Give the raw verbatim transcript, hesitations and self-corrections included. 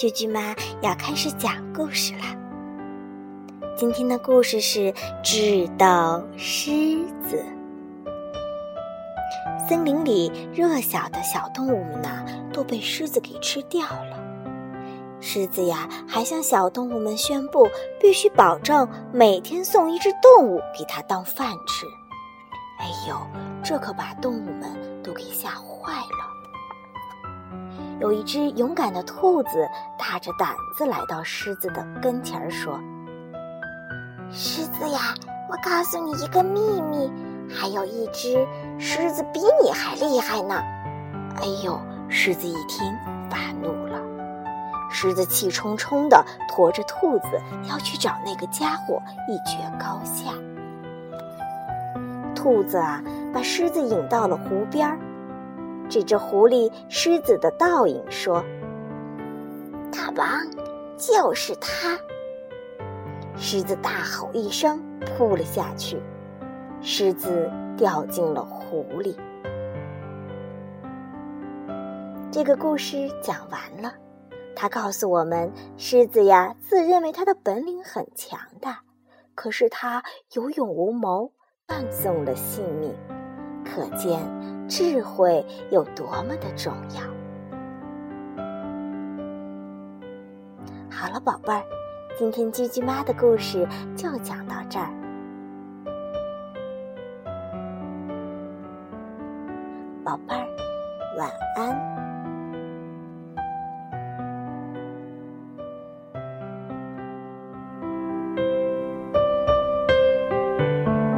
啾啾妈要开始讲故事了。今天的故事是智斗狮子。森林里弱小的小动物们呢，都被狮子给吃掉了。狮子呀，还向小动物们宣布，必须保证每天送一只动物给它当饭吃。哎呦，这可把动物们都给吓坏了。有一只勇敢的兔子大着胆子来到狮子的跟前说：狮子呀，我告诉你一个秘密，还有一只狮子比你还厉害呢。哎呦，狮子一听发怒了。狮子气冲冲地驮着兔子要去找那个家伙一决高下。兔子啊，把狮子引到了湖边，指着湖里狮子的倒影说：大王，就是他。狮子大吼一声，扑了下去，狮子掉进了湖里。这个故事讲完了，他告诉我们，狮子呀，自认为他的本领很强大，可是他有勇无谋，断送了性命，可见智慧有多么的重要。好了，宝贝儿，今天啾啾妈的故事就讲到这儿。宝贝儿，晚安。